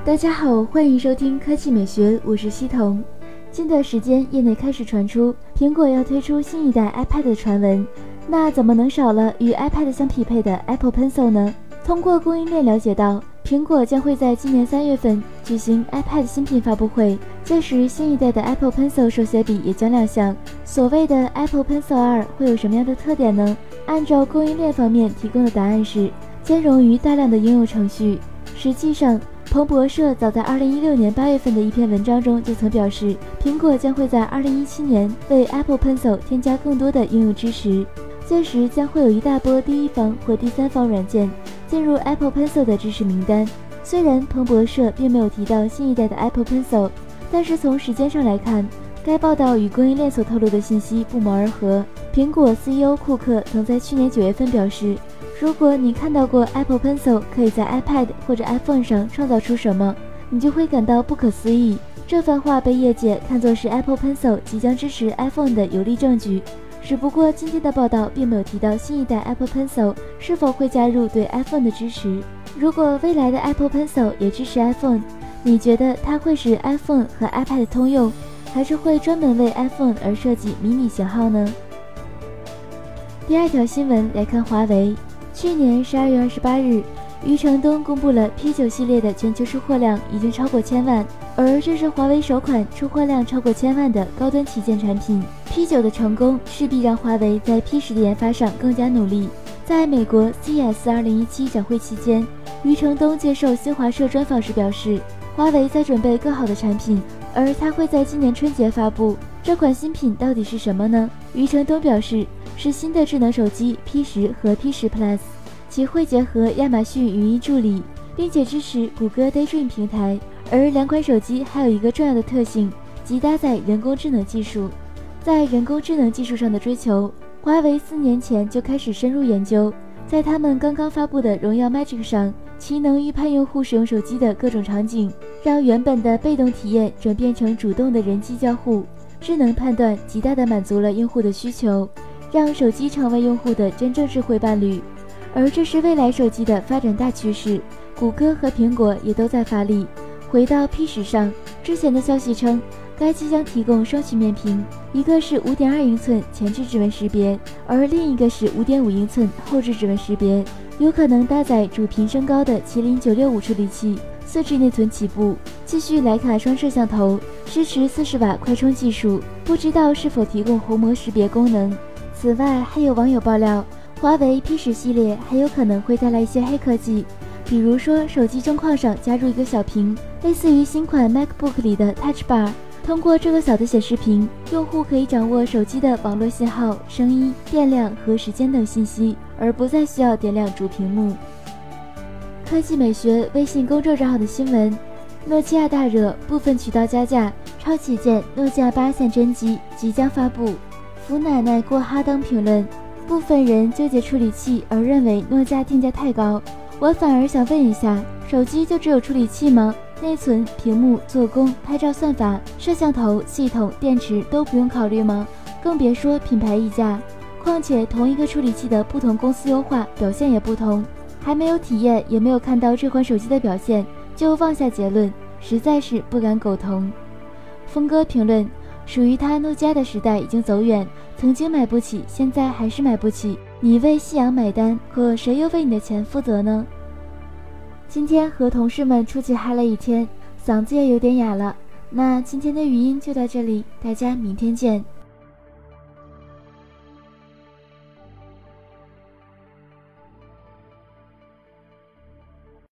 大家好，欢迎收听科技美学，我是西彤。近段时间，业内开始传出苹果要推出新一代 iPad 的传闻，那怎么能少了与 iPad 相匹配的 Apple Pencil 呢？通过供应链了解到，苹果将会在今年3月份举行 iPad 新品发布会，届时新一代的 Apple Pencil 手写笔也将亮相。所谓的 Apple Pencil 2会有什么样的特点呢？按照供应链方面提供的答案是，兼容于大量的应用程序。实际上，彭博社早在2016年8月份的一篇文章中就曾表示，苹果将会在2017年为 Apple Pencil 添加更多的应用支持，届时将会有一大波第一方或第三方软件进入 Apple Pencil 的支持名单。虽然彭博社并没有提到新一代的 Apple Pencil， 但是从时间上来看，该报道与供应链所透露的信息不谋而合。苹果 CEO 库克曾在去年9月份表示，如果你看到过 Apple Pencil 可以在 iPad 或者 iPhone 上创造出什么，你就会感到不可思议。这番话被业界看作是 Apple Pencil 即将支持 iPhone 的有力证据。只不过今天的报道并没有提到新一代 Apple Pencil 是否会加入对 iPhone 的支持。如果未来的 Apple Pencil 也支持 iPhone， 你觉得它会使 iPhone 和 iPad 通用，还是会专门为 iPhone 而设计迷你型号呢？第二条新闻来看华为。去年12月28日，余承东公布了 P9 系列的全球出货量已经超过1000万，而这是华为首款出货量超过1000万的高端旗舰产品。P9 的成功势必让华为在 P10 的研发上更加努力。在美国 CES 2017展会期间，余承东接受新华社专访时表示，华为在准备更好的产品，而他会在今年春节发布。这款新品到底是什么呢？余承东表示，是新的智能手机 P10 和 P10 Plus， 其会结合亚马逊语音助理，并且支持谷歌 Daydream 平台。而两款手机还有一个重要的特性，即搭载人工智能技术。在人工智能技术上的追求，华为4年前就开始深入研究。在他们刚刚发布的荣耀 Magic 上，其能预判用户使用手机的各种场景，让原本的被动体验转变成主动的人机交互。智能判断极大地满足了用户的需求，让手机成为用户的真正智慧伴侣。而这是未来手机的发展大趋势，谷歌和苹果也都在发力。回到 P10 上，之前的消息称，该机将提供双曲面屏，一个是 5.2 英寸前置指纹识别，而另一个是 5.5 英寸后置指纹识别，有可能搭载主频升高的麒麟965处理器，4G 内存起步。继续徕卡双摄像头，支持40瓦快充技术，不知道是否提供虹膜识别功能。此外，还有网友爆料，华为 P10 系列还有可能会带来一些黑科技，比如说手机中框上加入一个小屏，类似于新款 MacBook 里的 Touch Bar。通过这个小的显示屏，用户可以掌握手机的网络信号、声音、电量和时间等信息，而不再需要点亮主屏幕。科技美学微信公众账号的新闻：诺基亚大热，部分渠道加价，超旗舰诺基亚8线真机即将发布。福奶奶过哈登评论：部分人纠结处理器而认为诺基亚定价太高，我反而想问一下，手机就只有处理器吗？内存、屏幕、做工、拍照算法、摄像头、系统、电池都不用考虑吗？更别说品牌溢价。况且同一个处理器的不同公司优化表现也不同，还没有体验，也没有看到这款手机的表现，就妄下结论，实在是不敢苟同。峰哥评论：属于他诺基亚的时代已经走远，曾经买不起，现在还是买不起。你为夕阳买单，可谁又为你的钱负责呢？今天和同事们出去嗨了一天，嗓子也有点哑了。那今天的语音就到这里，大家明天见。